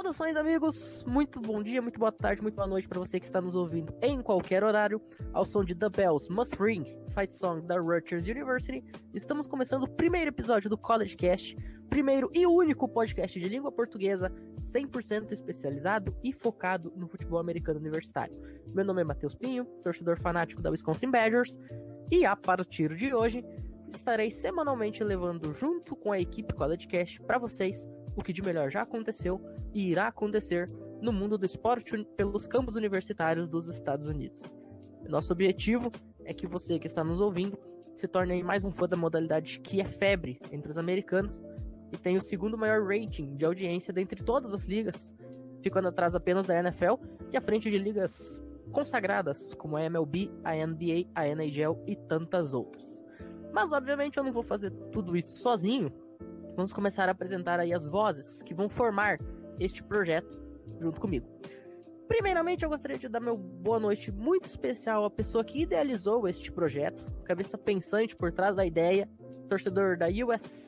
Saudações, amigos! Muito bom dia, muito boa tarde, muito boa noite para você que está nos ouvindo em qualquer horário. Ao som de The Bells Must Ring, Fight Song da Rutgers University, estamos começando o primeiro episódio do College Cast, primeiro e único podcast de língua portuguesa 100% especializado e focado no futebol americano universitário. Meu nome é Matheus Pinho, torcedor fanático da Wisconsin Badgers, e a partir de hoje estarei semanalmente levando junto com a equipe College Cast para vocês o que de melhor já aconteceu e irá acontecer no mundo do esporte pelos campos universitários dos Estados Unidos. Nosso objetivo é que você que está nos ouvindo se torne mais um fã da modalidade que é febre entre os americanos e tem o segundo maior rating de audiência dentre todas as ligas, ficando atrás apenas da NFL e à frente de ligas consagradas como a MLB, a NBA, a NHL e tantas outras. Mas obviamente eu não vou fazer tudo isso sozinho. Vamos começar a apresentar aí as vozes que vão formar este projeto junto comigo. Primeiramente, eu gostaria de dar meu boa noite muito especial à pessoa que idealizou este projeto, cabeça pensante por trás da ideia, torcedor da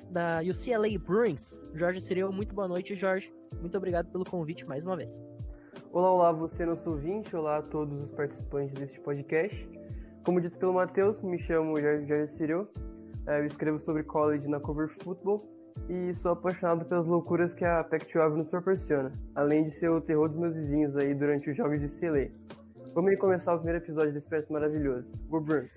UCLA Bruins, Jorge Cireu. Muito boa noite, Jorge. Muito obrigado pelo convite mais uma vez. Olá, você nosso ouvinte, olá a todos os participantes deste podcast. Como dito pelo Matheus, me chamo Jorge Cireu, eu escrevo sobre college na Cover Football e sou apaixonado pelas loucuras que a Pac-12 nos proporciona, além de ser o terror dos meus vizinhos aí durante os jogos de UCLA. Vamos aí começar o primeiro episódio desse projeto maravilhoso. Go Bruins!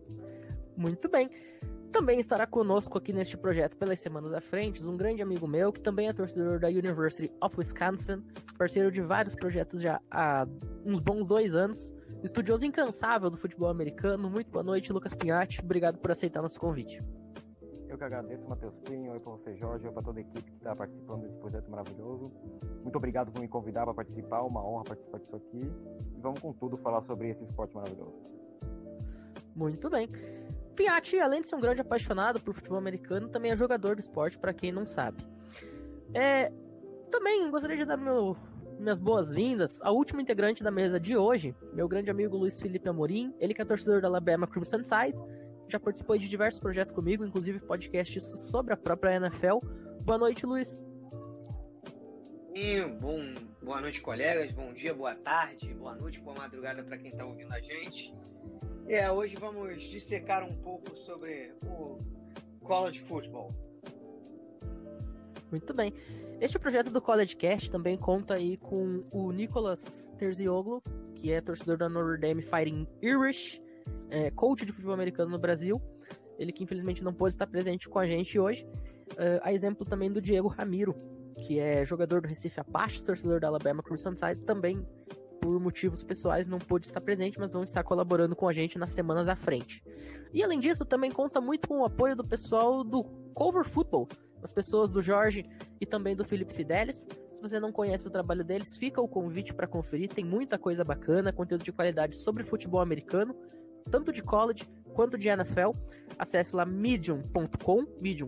Muito bem. Também estará conosco aqui neste projeto pelas semanas à frente um grande amigo meu, que também é torcedor da University of Wisconsin, parceiro de vários projetos já há uns bons 2 anos, estudioso incansável do futebol americano. Muito boa noite, Lucas Pinhatti. Obrigado por aceitar nosso convite. Eu que agradeço, Matheus Pinho, oi para você, Jorge, oi para toda a equipe que está participando desse projeto maravilhoso. Muito obrigado por me convidar para participar, uma honra participar disso aqui. E vamos com tudo falar sobre esse esporte maravilhoso. Muito bem. Pinhatti, além de ser um grande apaixonado por futebol americano, também é jogador do esporte, para quem não sabe. Também gostaria de dar minhas boas-vindas ao último integrante da mesa de hoje, meu grande amigo Luiz Felipe Amorim, ele que é torcedor da Alabama Crimson Tide, já participou de diversos projetos comigo, inclusive podcasts sobre a própria NFL. Boa noite, Luiz. Boa noite, colegas. Bom dia, boa tarde, boa noite, boa madrugada para quem está ouvindo a gente. Hoje vamos dissecar um pouco sobre o college football. Muito bem. Este projeto do College Cast também conta aí com o Nicolas Terzioglu, que é torcedor da Notre Dame Fighting Irish, coach de futebol americano no Brasil, ele que infelizmente não pôde estar presente com a gente hoje, a exemplo também do Diego Ramiro, que é jogador do Recife Apache, torcedor da Alabama Crimson Tide, também por motivos pessoais não pôde estar presente, mas vão estar colaborando com a gente nas semanas à frente. E além disso, também conta muito com o apoio do pessoal do Cover Football, as pessoas do Jorge e também do Felipe Fidelis. Se você não conhece o trabalho deles, fica o convite para conferir, tem muita coisa bacana, conteúdo de qualidade sobre futebol americano, tanto de college quanto de NFL. Acesse lá medium.com, medium,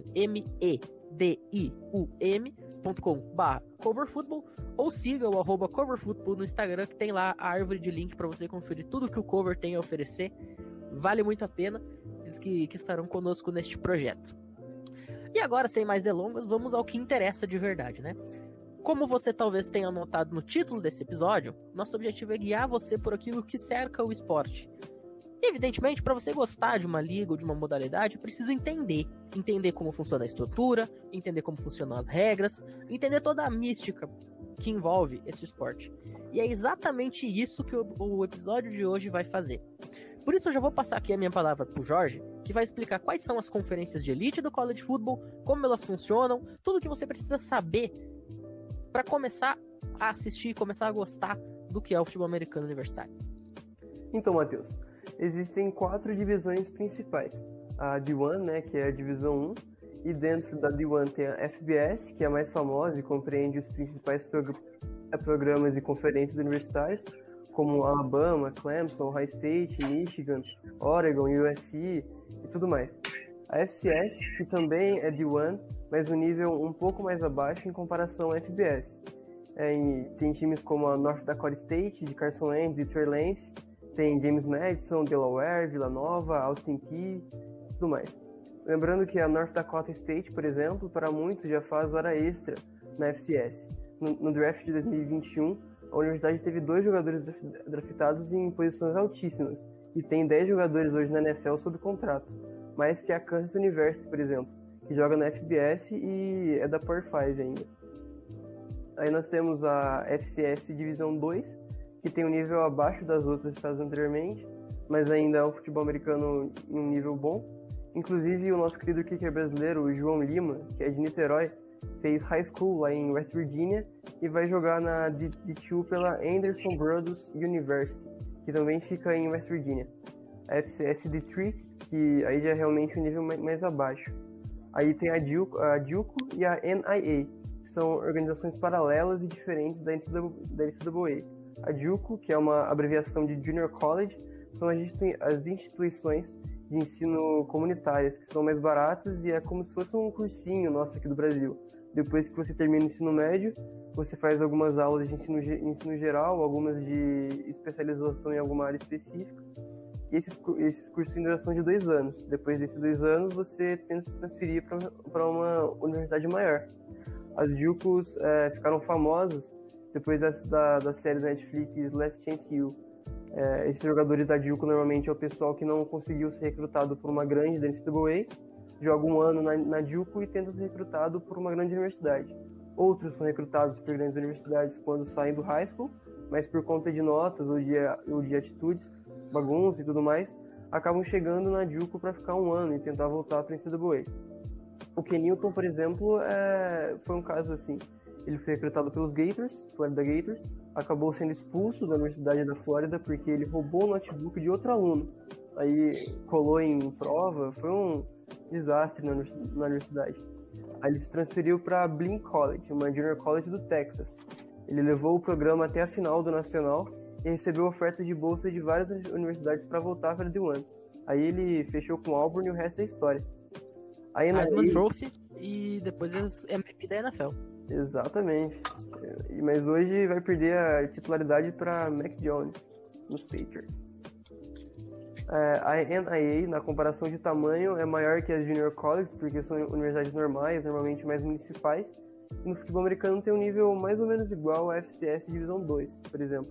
medium.com/coverfootball, ou siga o @coverfootball no Instagram, que tem lá a árvore de link para você conferir tudo que o Cover tem a oferecer. Vale muito a pena, eles que estarão conosco neste projeto. E agora, sem mais delongas, vamos ao que interessa de verdade, né? Como você talvez tenha notado no título desse episódio, nosso objetivo é guiar você por aquilo que cerca o esporte. E, evidentemente, para você gostar de uma liga ou de uma modalidade, precisa entender como funciona a estrutura, entender como funcionam as regras, entender toda a mística que envolve esse esporte. E é exatamente isso que o episódio de hoje vai fazer. Por isso eu já vou passar aqui a minha palavra pro Jorge, que vai explicar quais são as conferências de elite do college football, como elas funcionam, tudo que você precisa saber para começar a assistir e começar a gostar do que é o futebol americano universitário. Então, Matheus, existem 4 divisões principais. A D1, né, que é a divisão 1, e dentro da D1 tem a FBS, que é a mais famosa e compreende os principais programas e conferências universitárias, como Alabama, Clemson, Ohio State, Michigan, Oregon, USC e tudo mais. A FCS, que também é D1, mas um nível um pouco mais abaixo em comparação à FBS. Tem times como a North Dakota State, de Carson Wentz e Trey Lance, tem James Madison, Delaware, Villanova, Austin Peay e tudo mais. Lembrando que a North Dakota State, por exemplo, para muitos já faz hora extra na FCS. no draft de 2021, a universidade teve 2 jogadores draftados em posições altíssimas e tem 10 jogadores hoje na NFL sob contrato, mais que a Kansas University, por exemplo, que joga na FBS e é da Power 5 ainda. Aí nós temos a FCS Divisão 2, que tem um nível abaixo das outras citadas anteriormente, mas ainda é um futebol americano em um nível bom. Inclusive, o nosso querido kicker brasileiro, o João Lima, que é de Niterói, fez high school lá em West Virginia e vai jogar na D2 pela Anderson Brothers University, que também fica em West Virginia. A FCS D3, que aí já é realmente um nível mais abaixo. Aí tem a JUCO e a NIA, que são organizações paralelas e diferentes da NCAA. A JUCO, que é uma abreviação de Junior College, são as instituições de ensino comunitárias, que são mais baratas e é como se fosse um cursinho nosso aqui do Brasil. Depois que você termina o ensino médio, você faz algumas aulas de ensino geral, algumas de especialização em alguma área específica. E esses cursos de duração de 2 anos. Depois desses 2 anos, você tenta se transferir para uma universidade maior. As JUCOs ficaram famosas depois da série da Netflix Last Chance U. Esses jogadores da JUCO normalmente é o pessoal que não conseguiu ser recrutado por uma grande da NCAA, joga um ano na JUCO e tenta ser recrutado por uma grande universidade. Outros são recrutados por grandes universidades quando saem do high school, mas por conta de notas ou de atitudes, bagunça e tudo mais, acabam chegando na JUCO para ficar um ano e tentar voltar para a NCAA. O Ken Newton, por exemplo, foi um caso assim. Ele foi recrutado pelos Gators, Florida Gators, acabou sendo expulso da Universidade da Flórida porque ele roubou o notebook de outro aluno. Aí colou em prova, foi um desastre na universidade. Aí ele se transferiu para Blinn College, uma junior college do Texas. Ele levou o programa até a final do Nacional e recebeu ofertas de bolsa de várias universidades para voltar para a D1. Aí ele fechou com Auburn e o resto é história. Aí Heisman Trophy e depois MVP da NFL. Exatamente. Mas hoje vai perder a titularidade para Mac Jones nos Patriots. A NIA, na comparação de tamanho, é maior que as Junior Colleges, porque são universidades normais, normalmente mais municipais. E no futebol americano tem um nível mais ou menos igual à FCS Divisão 2, por exemplo.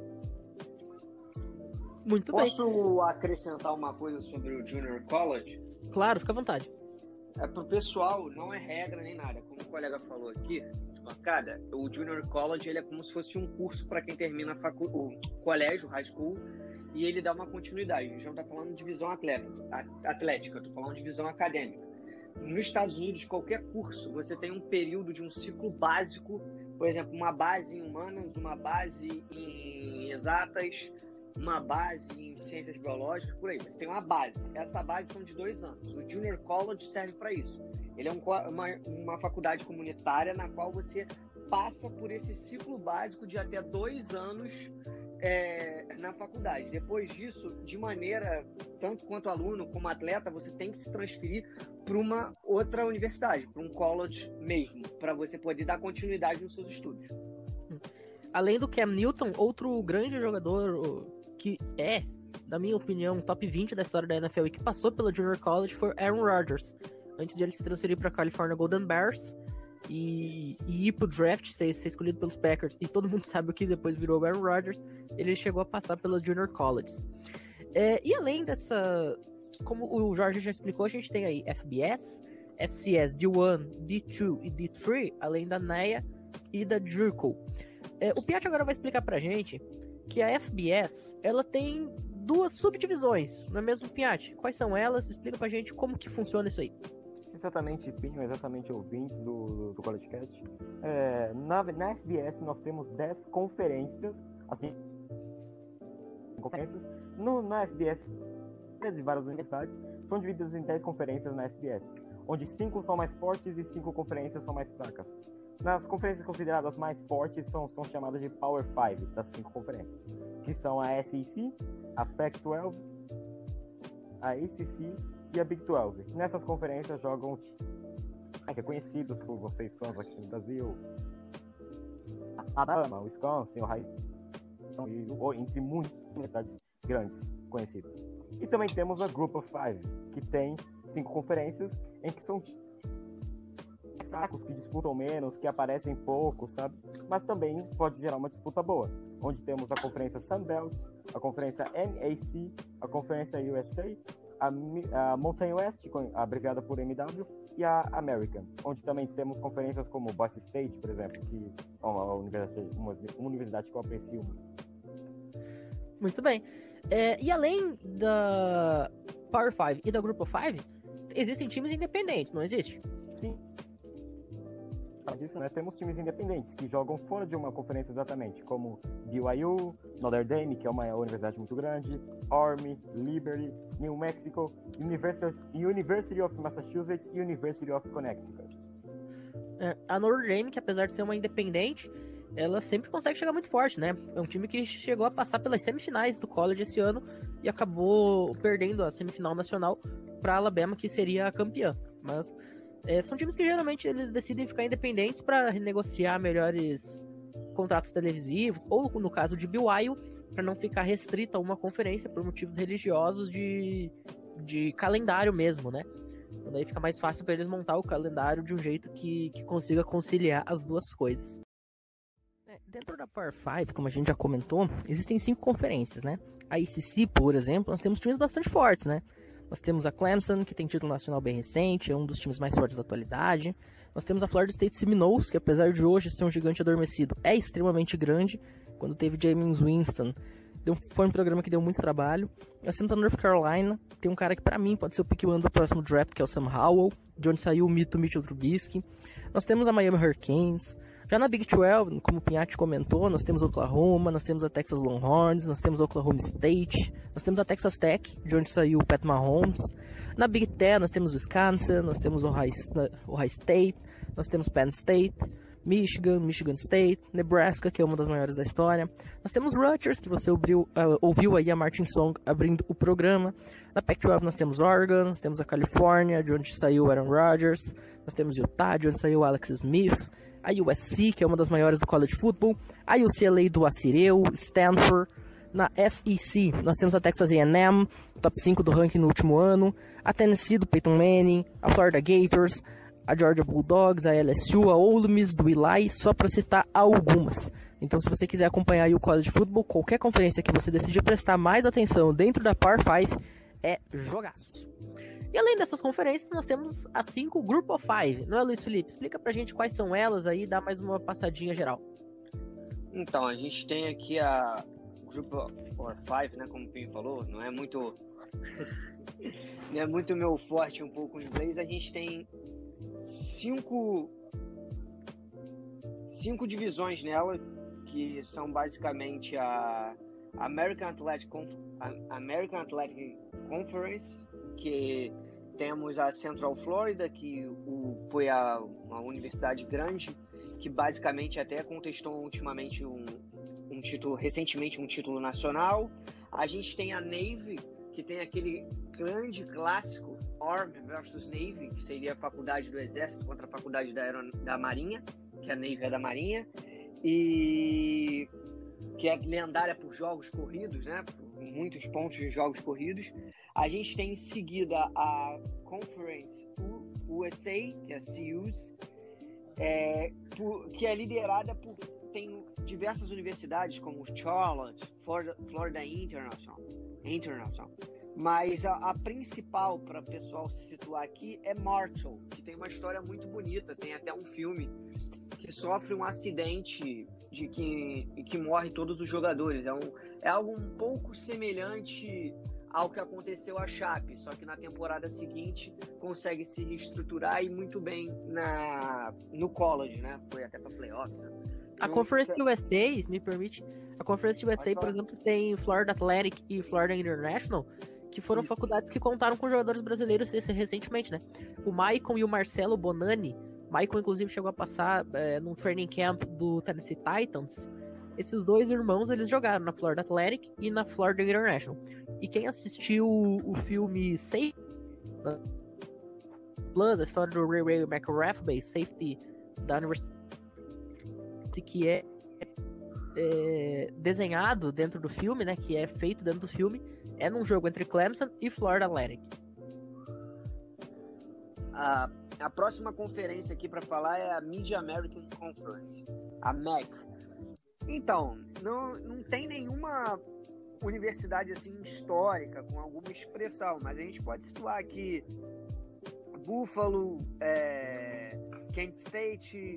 Muito bem. Posso acrescentar uma coisa sobre o Junior College? Claro, fica à vontade. Pro pessoal, não é regra nem nada. Como o colega falou aqui, de bancada, o Junior College ele é como se fosse um curso para quem termina o colégio, high school, e ele dá uma continuidade. A gente não está falando de divisão atlética, estou falando de divisão acadêmica. Nos Estados Unidos, qualquer curso, você tem um período de um ciclo básico, por exemplo, uma base em humanas, uma base em exatas, uma base em ciências biológicas, por aí. Você tem uma base. Essa base são de 2 anos. O Junior College serve para isso. Ele é uma faculdade comunitária na qual você passa por esse ciclo básico de até 2 anos na faculdade. Depois disso, de maneira, tanto quanto aluno como atleta, você tem que se transferir para uma outra universidade, para um college mesmo, para você poder dar continuidade nos seus estudos. Além do Cam Newton, outro grande jogador que na minha opinião, top 20 da história da NFL e que passou pela Junior College foi Aaron Rodgers, antes de ele se transferir para a California Golden Bears e ir pro draft, ser escolhido pelos Packers, e todo mundo sabe o que depois virou o Aaron Rodgers. Ele chegou a passar pela Junior College. E além dessa, como o Jorge já explicou, a gente tem aí FBS, FCS, D1, D2 e D3, além da NIA e da JUCO. O Piatti agora vai explicar pra gente que a FBS, ela tem 2 subdivisões, não é mesmo, Piatti? Quais são elas? Explica pra gente como que funciona isso aí. Exatamente, Pinho, exatamente, ouvintes do CollegeCast. Na FBS nós temos 10 conferências, assim, na FBS, e várias universidades são divididas em 10 conferências na FBS, onde 5 são mais fortes e 5 conferências são mais fracas. Nas conferências consideradas mais fortes são chamadas de Power 5 das 5 conferências, que são a SEC, a Pac-12, a ACC e a Big 12. Nessas conferências jogam mais reconhecidos por vocês fãs aqui no Brasil: Alabama, Wisconsin, Ohio, entre muitas universidades grandes conhecidas. E também temos a Group of 5, que tem 5 conferências em que são fracos, que disputam menos, que aparecem pouco, sabe? Mas também pode gerar uma disputa boa, onde temos a Conferência Sun Belt, a Conferência NAC, a Conferência USA, a Mountain West, abreviada por MW, e a American, onde também temos conferências como Boise State, por exemplo, que é uma universidade que eu aprecio muito. Muito bem. E além da Power 5 e da Group of 5, existem times independentes, não existe? Sim. Disso, né? Temos times independentes que jogam fora de uma conferência exatamente, como BYU, Notre Dame, que é uma universidade muito grande, Army, Liberty, New Mexico, University of Massachusetts e University of Connecticut. A Notre Dame, que apesar de ser uma independente, ela sempre consegue chegar muito forte, né? É um time que chegou a passar pelas semifinais do college esse ano e acabou perdendo a semifinal nacional para Alabama, que seria a campeã. Mas são times que geralmente eles decidem ficar independentes para renegociar melhores contratos televisivos, ou no caso de BYU, para não ficar restrita a uma conferência por motivos religiosos de calendário mesmo, né? Então daí fica mais fácil para eles montar o calendário de um jeito que consiga conciliar as duas coisas. Dentro da Power 5, como a gente já comentou, existem 5 conferências, né? A ACC, por exemplo, nós temos times bastante fortes, né? Nós temos a Clemson, que tem título nacional bem recente, é um dos times mais fortes da atualidade. Nós temos a Florida State Seminoles, que apesar de hoje ser um gigante adormecido, é extremamente grande. Quando teve Jameis Winston, foi um programa que deu muito trabalho. Nós temos a North Carolina, tem um cara que pra mim pode ser o pick 1 do próximo draft, que é o Sam Howell, de onde saiu o mito Mitchell Trubisky. Nós temos a Miami Hurricanes. Já na Big 12, como o Pinhatti comentou, nós temos Oklahoma, nós temos a Texas Longhorns, nós temos a Oklahoma State, nós temos a Texas Tech, de onde saiu o Pat Mahomes. Na Big 10 nós temos Wisconsin, nós temos Ohio State, nós temos Penn State, Michigan State, Nebraska, que é uma das maiores da história. Nós temos Rutgers, que você ouviu aí a Martin Song abrindo o programa. Na Pac-12 nós temos Oregon, nós temos a Califórnia, de onde saiu o Aaron Rodgers, nós temos Utah, de onde saiu o Alex Smith, a USC, que é uma das maiores do college football, a UCLA do Acireu, Stanford. Na SEC, nós temos a Texas A&M, top 5 do ranking no último ano, a Tennessee do Peyton Manning, a Florida Gators, a Georgia Bulldogs, a LSU, a Ole Miss do Eli, só para citar algumas. Então, se você quiser acompanhar aí o college football, qualquer conferência que você decidir prestar mais atenção dentro da Power 5, é jogaço. E além dessas conferências, nós temos as 5 Group of 5, não é, Luiz Felipe? Explica pra gente quais são elas aí e dá mais uma passadinha geral. Então, a gente tem aqui a Group of 5, né, como o Pinho falou, não é muito meu forte um pouco em inglês. A gente tem 5 divisões nela, que são basicamente a American Athletic Conference, que temos a Central Florida, que foi uma universidade grande, que basicamente até contestou ultimamente recentemente um título nacional. A gente tem a Navy, que tem aquele grande clássico Army versus Navy, que seria a faculdade do Exército contra a faculdade da Marinha, que a Navy é da Marinha, e que é lendária por jogos corridos, né? Por muitos pontos de jogos corridos. A gente tem em seguida a Conference USA, que é a CUS, que é liderada tem diversas universidades como Charlotte, Florida International. Mas a principal, para o pessoal se situar aqui, é Marshall, que tem uma história muito bonita. Tem até um filme que sofre um acidente que morre todos os jogadores. É algo um pouco semelhante ao que aconteceu a Chape, só que na temporada seguinte consegue se reestruturar e muito bem no college, né? Foi até para playoffs, né? A Conference USA, me permite, a Conference USA, por exemplo, tem Florida Athletic e Florida International, que foram faculdades que contaram com jogadores brasileiros recentemente, né? O Maicon e o Marcelo Bonani. Maicon, inclusive, chegou a passar num training camp do Tennessee Titans. Esses dois irmãos, eles jogaram na Florida Athletic e na Florida International. E quem assistiu o filme Safety Plus, a história do Ray McRathbey, Safety da Universidade, que é desenhado dentro do filme, né? Que é feito dentro do filme, é num jogo entre Clemson e Florida Atlantic. A próxima conferência aqui para falar é a Mid-American Conference, a MEC. Então, não tem nenhuma universidade assim histórica com alguma expressão, mas a gente pode situar aqui Buffalo, Kent State,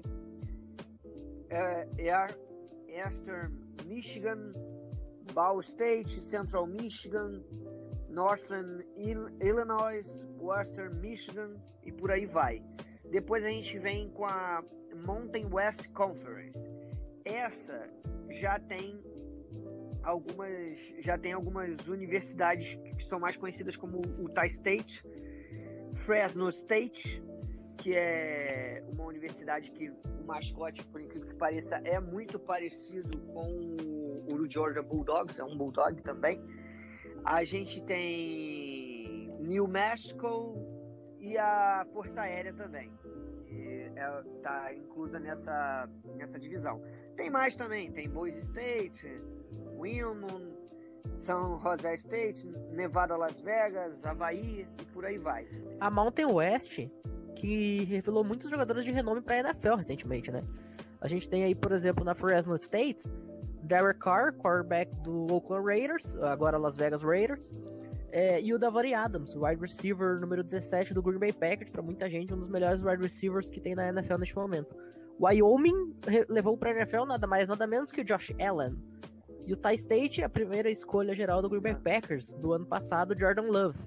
Eastern Michigan, Ball State, Central Michigan, Northern Illinois, Western Michigan e por aí vai. Depois a gente vem com a Mountain West Conference. Essa já tem algumas universidades que são mais conhecidas como Utah State, Fresno State, que é uma universidade que o mascote, por incrível que pareça, é muito parecido com o Georgia Bulldogs, é um Bulldog também. A gente tem New Mexico e a Força Aérea também, que está inclusa nessa divisão. Tem mais também, tem Boise State, Wilmot, São José State, Nevada, Las Vegas, Havaí e por aí vai. A Mountain West, que revelou muitos jogadores de renome para a NFL recentemente, né? A gente tem aí, por exemplo, na Fresno State, Derek Carr, quarterback do Oakland Raiders, agora Las Vegas Raiders, e o Davante Adams, wide receiver número 17 do Green Bay Packers, para muita gente, um dos melhores wide receivers que tem na NFL neste momento. Wyoming levou para a NFL nada mais, nada menos que o Josh Allen. Utah State, a primeira escolha geral do Green Bay Packers do ano passado, Jordan Love.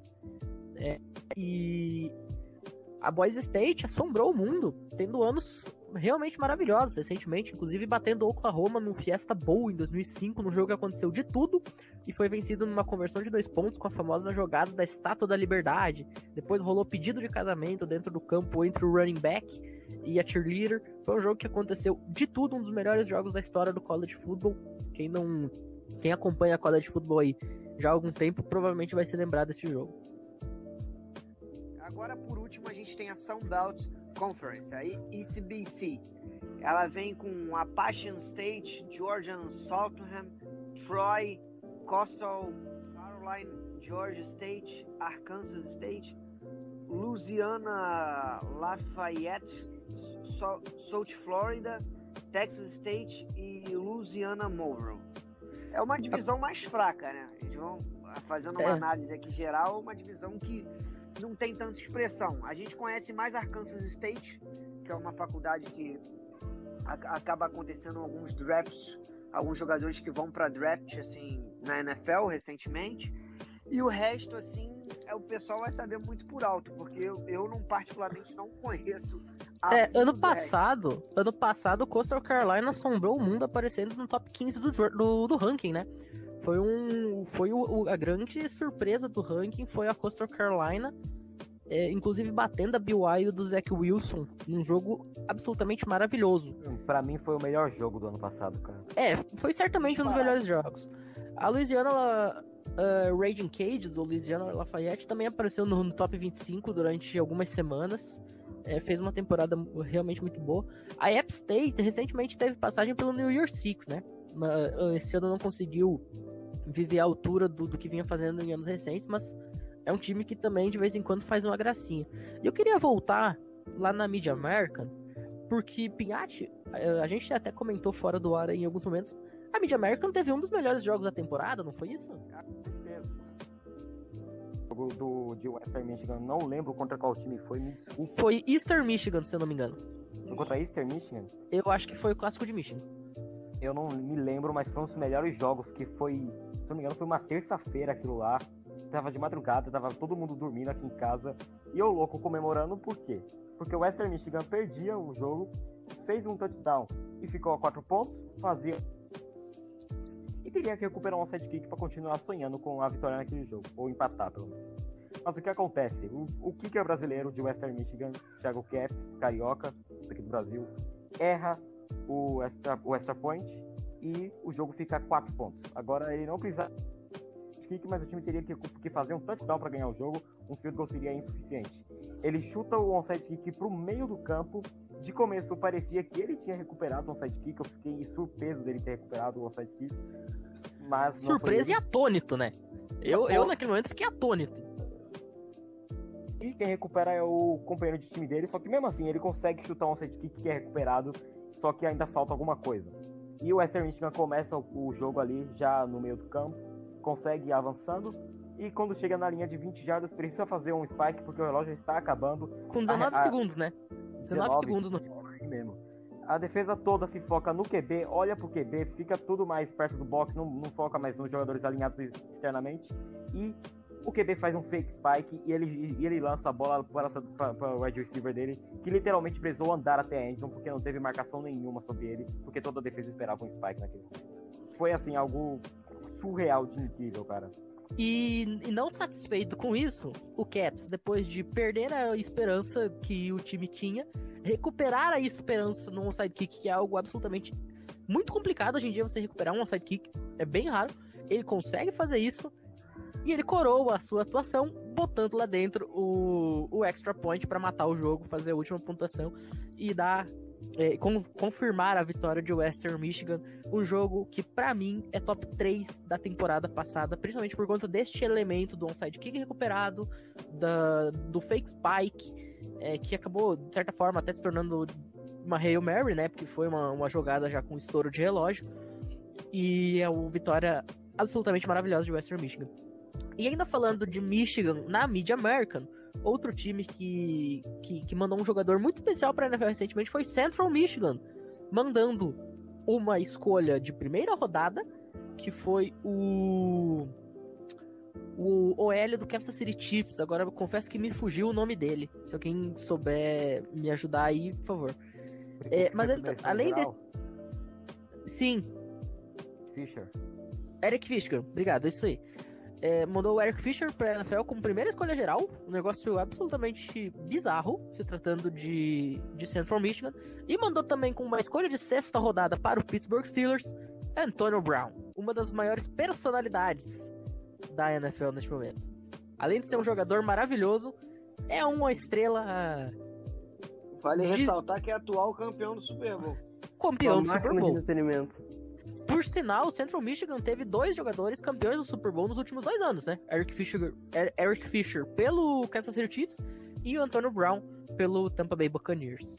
E a Boise State assombrou o mundo, tendo anos realmente maravilhosos recentemente, inclusive batendo o Oklahoma no Fiesta Bowl em 2005, num jogo que aconteceu de tudo e foi vencido numa conversão de 2 pontos com a famosa jogada da Estátua da Liberdade. Depois rolou pedido de casamento dentro do campo entre o running back e a cheerleader. Foi um jogo que aconteceu de tudo, um dos melhores jogos da história do college football. Quem acompanha college football aí já há algum tempo provavelmente vai se lembrar desse jogo. Agora, por último, a gente tem a Sun Belt Conference, a ECBC. Ela vem com Appalachian State, Georgia Southern, Troy, Coastal Carolina, Georgia State, Arkansas State, Louisiana Lafayette, South Florida, Texas State e Louisiana Monroe. É uma divisão mais fraca, né? Eles vão fazendo uma análise aqui geral, uma divisão que não tem tanta expressão. A gente conhece mais Arkansas State, que é uma faculdade que acaba acontecendo alguns drafts, alguns jogadores que vão para draft assim na NFL recentemente, e o resto assim o pessoal vai saber muito por alto, porque eu não particularmente não conheço. Ano passado o Coastal Carolina assombrou o mundo aparecendo no top 15 do ranking, né? A grande surpresa do ranking foi a Coastal Carolina, inclusive batendo a BYU do Zach Wilson, num jogo absolutamente maravilhoso. Pra mim foi o melhor jogo do ano passado, cara. Foi certamente um dos melhores jogos. A Louisiana Raging Cajuns, ou Louisiana Lafayette, também apareceu no top 25 durante algumas semanas. Fez uma temporada realmente muito boa. A App State recentemente teve passagem pelo New Year Six, né? Esse ano não conseguiu viver a altura do que vinha fazendo em anos recentes, mas é um time que também de vez em quando faz uma gracinha. E eu queria voltar lá na Mid-American, porque Pinhatti, a gente até comentou fora do ar em alguns momentos, a Mid-American teve um dos melhores jogos da temporada, não foi isso? Com certeza. O jogo de Western Michigan, não lembro contra qual time foi, me desculpa. Foi Eastern Michigan, se eu não me engano. Foi contra Eastern Michigan? Eu acho que foi o Clássico de Michigan. Eu não me lembro, mas foi um dos melhores jogos, que foi, se não me engano, foi uma terça-feira aquilo lá. Tava de madrugada, tava todo mundo dormindo aqui em casa. E eu louco comemorando, por quê? Porque o Western Michigan perdia o jogo, fez um touchdown e ficou a 4 pontos, fazia... E teria que recuperar um sidekick para continuar sonhando com a vitória naquele jogo, ou empatar pelo menos. Mas o que acontece? O kicker brasileiro de Western Michigan, Thiago Kefs, carioca, daqui do Brasil, erra o extra point e o jogo fica a 4 pontos. Agora ele não precisa kick, mas o time teria que fazer um touchdown para ganhar o jogo, um field goal seria insuficiente. Ele chuta o onside kick pro meio do campo. De começo parecia que ele tinha recuperado o onside kick, eu fiquei surpreso dele ter recuperado o onside kick, mas surpreso e atônito, né? Eu naquele momento fiquei atônito. e quem recupera é o companheiro de time dele, só que mesmo assim ele consegue chutar um onside kick que é recuperado, só que ainda falta alguma coisa. E o Western Michigan começa o jogo ali já no meio do campo, consegue ir avançando, e quando chega na linha de 20 jardas precisa fazer um spike porque o relógio está acabando. Com 19 segundos, né? 19 segundos no mesmo. A defesa toda se foca no QB, olha pro QB, fica tudo mais perto do box, não foca mais nos jogadores alinhados externamente, e o QB faz um fake spike e ele lança a bola para o wide receiver dele, que literalmente precisou andar até a endzone porque não teve marcação nenhuma sobre ele, porque toda a defesa esperava um spike naquele momento. Foi assim, algo surreal de incrível, cara. E não satisfeito com isso, o Caps, depois de perder a esperança que o time tinha, recuperar a esperança no onside kick, que é algo absolutamente muito complicado hoje em dia você recuperar um onside kick, é bem raro. Ele consegue fazer isso e ele coroa a sua atuação botando lá dentro o extra point para matar o jogo, fazer a última pontuação e confirmar a vitória de Western Michigan, um jogo que pra mim é top 3 da temporada passada, principalmente por conta deste elemento do onside kick recuperado, do fake spike, que acabou de certa forma até se tornando uma Hail Mary, né, porque foi uma jogada já com estouro de relógio, e é uma vitória absolutamente maravilhosa de Western Michigan. E ainda falando de Michigan na mídia American, outro time que mandou um jogador muito especial para a NFL recentemente foi Central Michigan, mandando uma escolha de primeira rodada, que foi o OL do Kansas City Chiefs. Agora eu confesso que me fugiu o nome dele. Se alguém souber me ajudar aí, por favor. Mas ele, além desse... Sim. Fisher. Eric Fisher, obrigado, é isso aí. Mandou o Eric Fisher para a NFL como primeira escolha geral, um negócio absolutamente bizarro, se tratando de Central Michigan, e mandou também com uma escolha de sexta rodada para o Pittsburgh Steelers, Antonio Brown, uma das maiores personalidades da NFL neste momento. Além de ser um jogador maravilhoso, é uma estrela... Vale ressaltar que é atual campeão do Super Bowl. Campeão do Super Bowl. Por sinal, o Central Michigan teve 2 jogadores campeões do Super Bowl nos últimos 2 anos, né? Eric Fisher pelo Kansas City Chiefs e o Antonio Brown pelo Tampa Bay Buccaneers.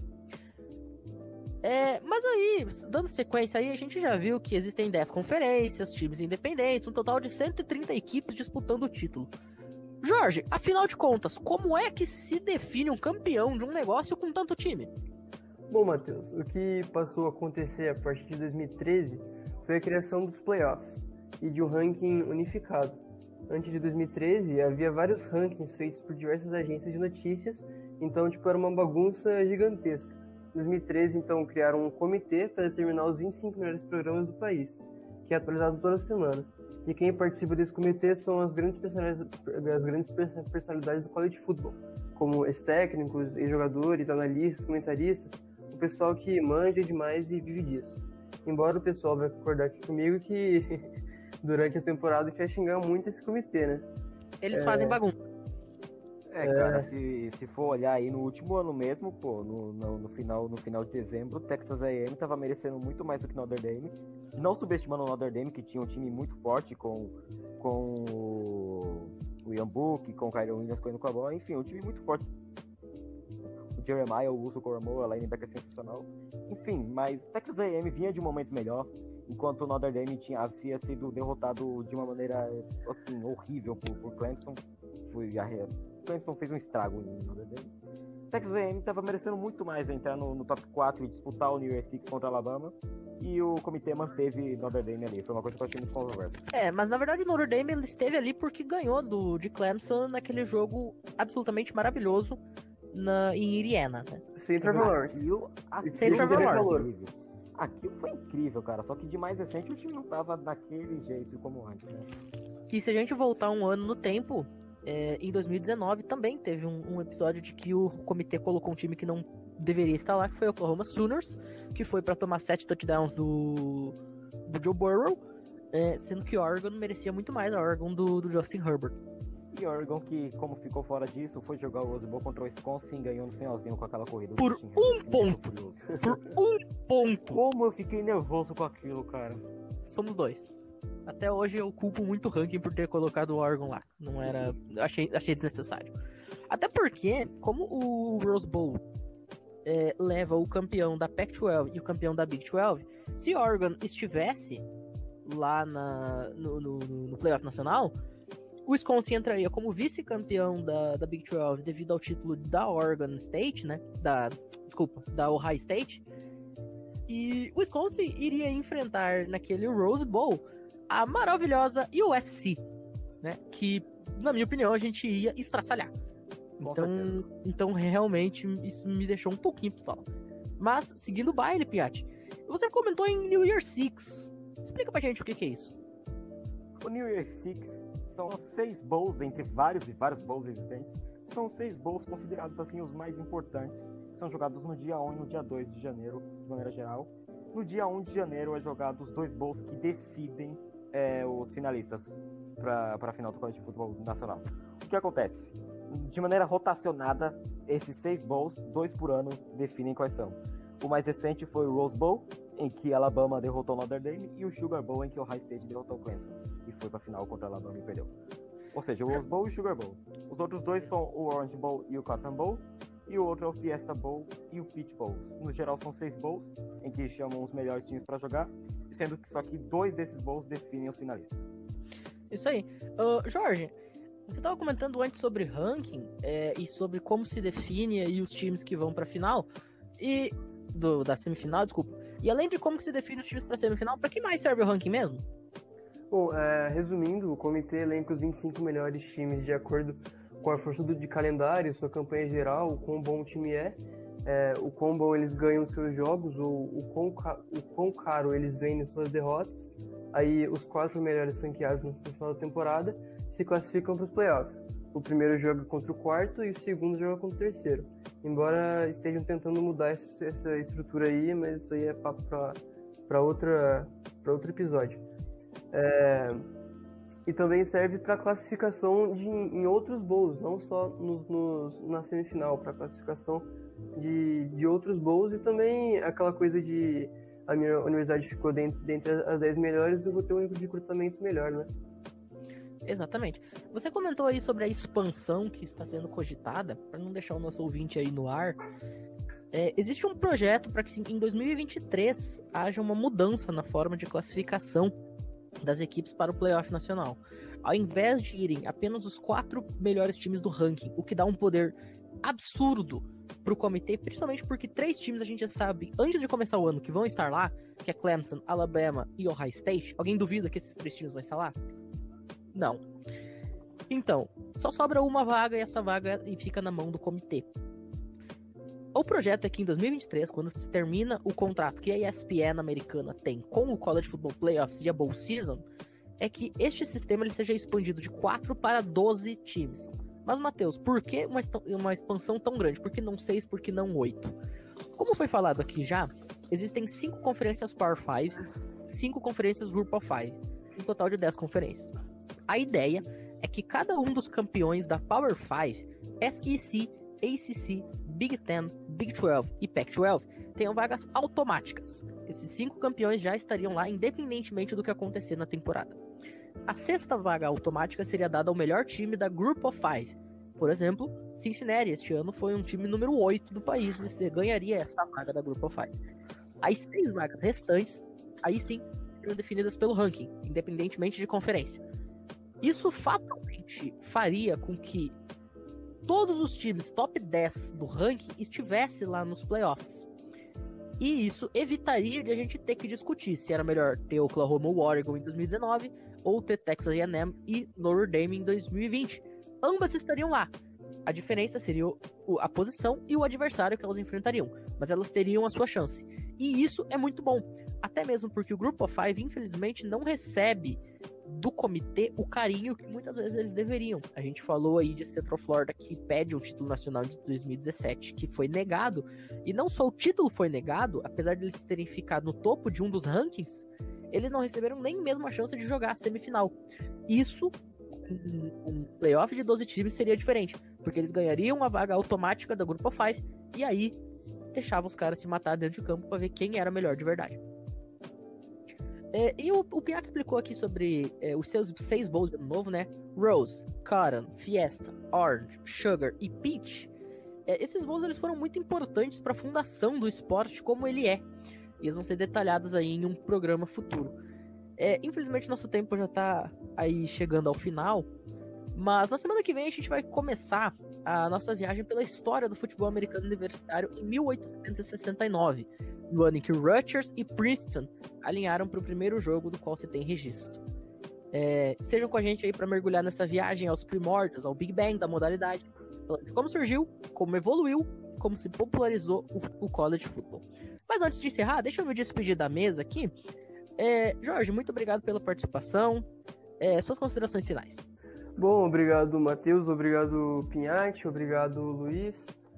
Mas aí, dando sequência aí, a gente já viu que existem 10 conferências, times independentes, um total de 130 equipes disputando o título. Jorge, afinal de contas, como é que se define um campeão de um negócio com tanto time? Bom, Matheus, o que passou a acontecer a partir de 2013 foi a criação dos playoffs e de um ranking unificado. Antes de 2013, havia vários rankings feitos por diversas agências de notícias, então era uma bagunça gigantesca. Em 2013, então, criaram um comitê para determinar os 25 melhores programas do país, que é atualizado toda semana. E quem participa desse comitê são as grandes personalidades do college football, como ex-técnicos, ex-jogadores, analistas, comentaristas, o pessoal que manja demais e vive disso. Embora o pessoal vai concordar aqui comigo que durante a temporada quer xingar muito esse comitê, né? Eles fazem bagunça. Cara, se for olhar aí no último ano mesmo, pô, no final de dezembro, o Texas A&M tava merecendo muito mais do que o Notre Dame. Não subestimando o Notre Dame, que tinha um time muito forte com o Ian Book, com o Kyron Williams correndo com a bola, enfim, um time muito forte. O Jeremiah, o Uso Koromoa, a linebacker sensacional. Enfim, mas o Texas A&M vinha de um momento melhor, enquanto o Notre Dame havia sido derrotado de uma maneira, assim, horrível por Clemson. Clemson fez um estrago no Notre Dame. Texas A&M estava merecendo muito mais entrar no top 4 e disputar o New Year's Six contra a Alabama, e o comitê manteve Notre Dame ali. Foi uma coisa que eu achei muito controversa. Mas na verdade o Notre Dame ele esteve ali porque ganhou de Clemson naquele jogo absolutamente maravilhoso em Indiana, né? Sem Trevor Lawrence. Aquilo foi incrível, cara. Só que de mais recente o time não tava daquele jeito como antes, né? E se a gente voltar um ano no tempo, em 2019 também teve um episódio de que o comitê colocou um time que não deveria estar lá, que foi o Oklahoma Sooners, que foi para tomar 7 touchdowns do Joe Burrow, sendo que Oregon merecia muito mais, a Oregon do Justin Herbert. E Oregon, que como ficou fora disso, foi jogar o Rose Bowl contra o Wisconsin e ganhou no finalzinho com aquela corrida. Por um ponto! Por um ponto! Como eu fiquei nervoso com aquilo, cara. Somos 2. Até hoje eu culpo muito o ranking por ter colocado o Oregon lá. Não era... Achei desnecessário. Até porque, como o Rose Bowl leva o campeão da Pac-12 e o campeão da Big 12, se Oregon estivesse lá no playoff nacional, o Wisconsin entraria como vice-campeão da Big 12 devido ao título da Oregon State, né? Da Ohio State. E o Wisconsin iria enfrentar naquele Rose Bowl a maravilhosa USC, né? Que, na minha opinião, a gente ia estraçalhar. Então, realmente, isso me deixou um pouquinho pistola. Mas, seguindo o baile, Piatti, você comentou em New Year Six. Explica pra gente o que é isso. O New Year Six são 6 bowls, entre vários e vários bowls existentes. São 6 bowls considerados assim os mais importantes. São jogados no dia 1 e no dia 2 de janeiro, de maneira geral. No dia 1 de janeiro é jogado os 2 bowls que decidem os finalistas para a final do College Football Nacional. O que acontece? De maneira rotacionada, esses 6 bowls, 2 por ano, definem quais são. O mais recente foi o Rose Bowl, em que Alabama derrotou Notre Dame, e o Sugar Bowl, em que o Ohio State derrotou Clemson, e foi para a final contra Alabama e perdeu. Ou seja, o Rose Bowl e o Sugar Bowl. Os outros 2 são o Orange Bowl e o Cotton Bowl, e o outro é o Fiesta Bowl e o Peach Bowl. No geral são 6 bowls, em que chamam os melhores times para jogar, sendo que só que 2 desses bowls definem os finalistas. Isso aí. Jorge, você estava comentando antes sobre ranking e sobre como se define aí os times que vão para a final e da semifinal, desculpa. E além de como que se define os times para a semifinal, para que mais serve o ranking mesmo? Bom, resumindo, o comitê elenca os 25 melhores times de acordo com a força de calendário, sua campanha geral, o quão bom o time o quão bom eles ganham os seus jogos, ou o quão caro eles vendem suas derrotas. Aí os 4 melhores ranqueados no final da temporada se classificam para os playoffs. O primeiro joga contra o quarto e o segundo joga contra o terceiro. Embora estejam tentando mudar essa estrutura aí, mas isso aí é papo para outro episódio. E também serve para classificação em outros bowls, não só na semifinal, para classificação de outros bowls, e também aquela coisa de a minha universidade ficou dentre as 10 melhores, eu vou ter um recrutamento melhor, né? Exatamente. Você comentou aí sobre a expansão que está sendo cogitada, para não deixar o nosso ouvinte aí no ar. Existe um projeto para que em 2023 haja uma mudança na forma de classificação das equipes para o playoff nacional. Ao invés de irem apenas os 4 melhores times do ranking, o que dá um poder absurdo para o comitê, principalmente porque 3 times a gente já sabe, antes de começar o ano, que vão estar lá, que é Clemson, Alabama e Ohio State. Alguém duvida que esses 3 times vão estar lá? Não. Então, só sobra uma vaga e essa vaga fica na mão do comitê. O projeto é que em 2023, quando se termina o contrato que a ESPN americana tem com o College Football Playoffs e a Bowl Season, é que este sistema ele seja expandido de 4 para 12 times. Mas, Matheus, por que uma expansão tão grande? Por que não 6? Por que não 8? Como foi falado aqui já, existem 5 conferências Power 5, 5 conferências Group of 5, um total de 10 conferências. A ideia é que cada um dos campeões da Power 5, SEC, ACC, Big Ten, Big 12 e Pac-12 tenham vagas automáticas. Esses 5 campeões já estariam lá independentemente do que acontecer na temporada. A 6ª vaga automática seria dada ao melhor time da Group of 5. Por exemplo, Cincinnati este ano foi um time número 8 do país e você ganharia essa vaga da Group of 5. As 3 vagas restantes, aí sim, seriam definidas pelo ranking, independentemente de conferência. Isso fatalmente faria com que todos os times top 10 do ranking estivessem lá nos playoffs. E isso evitaria de a gente ter que discutir se era melhor ter Oklahoma ou Oregon em 2019 ou ter Texas A&M e Notre Dame em 2020. Ambas estariam lá. A diferença seria a posição e o adversário que elas enfrentariam, mas elas teriam a sua chance. E isso é muito bom, até mesmo porque o Group of 5, infelizmente, não recebe do comitê o carinho que muitas vezes eles deveriam. A gente falou aí de Central Florida, que pede um título nacional de 2017, que foi negado, e não só o título foi negado, apesar de eles terem ficado no topo de um dos rankings, eles não receberam nem mesmo a chance de jogar a semifinal. Isso, um playoff de 12 times seria diferente, porque eles ganhariam a vaga automática da Group of 5, e aí deixava os caras se matar dentro de campo para ver quem era melhor de verdade. E o Piato explicou aqui sobre os seus 6 bowls de ano novo, né? Rose, Cotton, Fiesta, Orange, Sugar e Peach. Esses bowls eles foram muito importantes para a fundação do esporte como ele é. E eles vão ser detalhados aí em um programa futuro. Infelizmente nosso tempo já tá aí chegando ao final. Mas na semana que vem a gente vai começar a nossa viagem pela história do futebol americano universitário em 1869, no ano em que Rutgers e Princeton alinharam para o primeiro jogo do qual se tem registro. Estejam com a gente aí para mergulhar nessa viagem aos primórdios, ao Big Bang da modalidade, de como surgiu, como evoluiu, como se popularizou o college football. Mas antes de encerrar, deixa eu me despedir da mesa aqui. Jorge, muito obrigado pela participação. Suas considerações finais. Bom, obrigado, Matheus, obrigado, Pinhatti, obrigado, Luiz.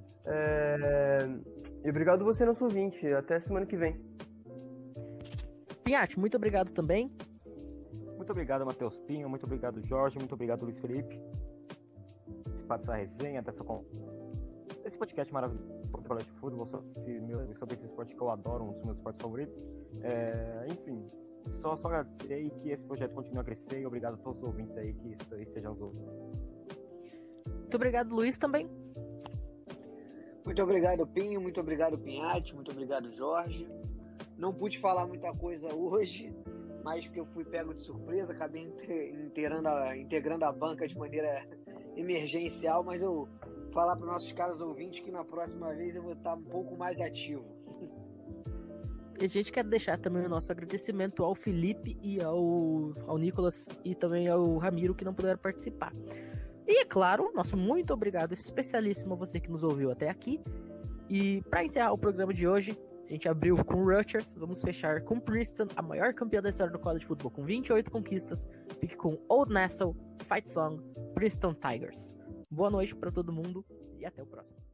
E obrigado você, nosso ouvinte. Até semana que vem. Pinhatti, muito obrigado também. Muito obrigado, Matheus Pinho. Muito obrigado, Jorge. Muito obrigado, Luiz Felipe. Participar dessa resenha, desse podcast maravilhoso sobre college football, sobre esse esporte que eu adoro, um dos meus esportes favoritos. Enfim, só agradecer aí que esse projeto continue a crescer e obrigado a todos os ouvintes aí que estejam nos ouvindo. Muito obrigado, Luiz, também. Muito obrigado, Pinho. Muito obrigado, Pinhatti. Muito obrigado, Jorge. Não pude falar muita coisa hoje, mas porque eu fui pego de surpresa, acabei integrando a banca de maneira emergencial, mas eu falar para os nossos caros ouvintes que na próxima vez eu vou estar um pouco mais ativo. E a gente quer deixar também o nosso agradecimento ao Felipe e ao Nicolas e também ao Ramiro que não puderam participar. E é claro, nosso muito obrigado especialíssimo a você que nos ouviu até aqui. E para encerrar o programa de hoje, a gente abriu com Rutgers, vamos fechar com Princeton, a maior campeã da história do college football com 28 conquistas. Fique com Old Nassau, Fight Song, Princeton Tigers. Boa noite para todo mundo e até o próximo.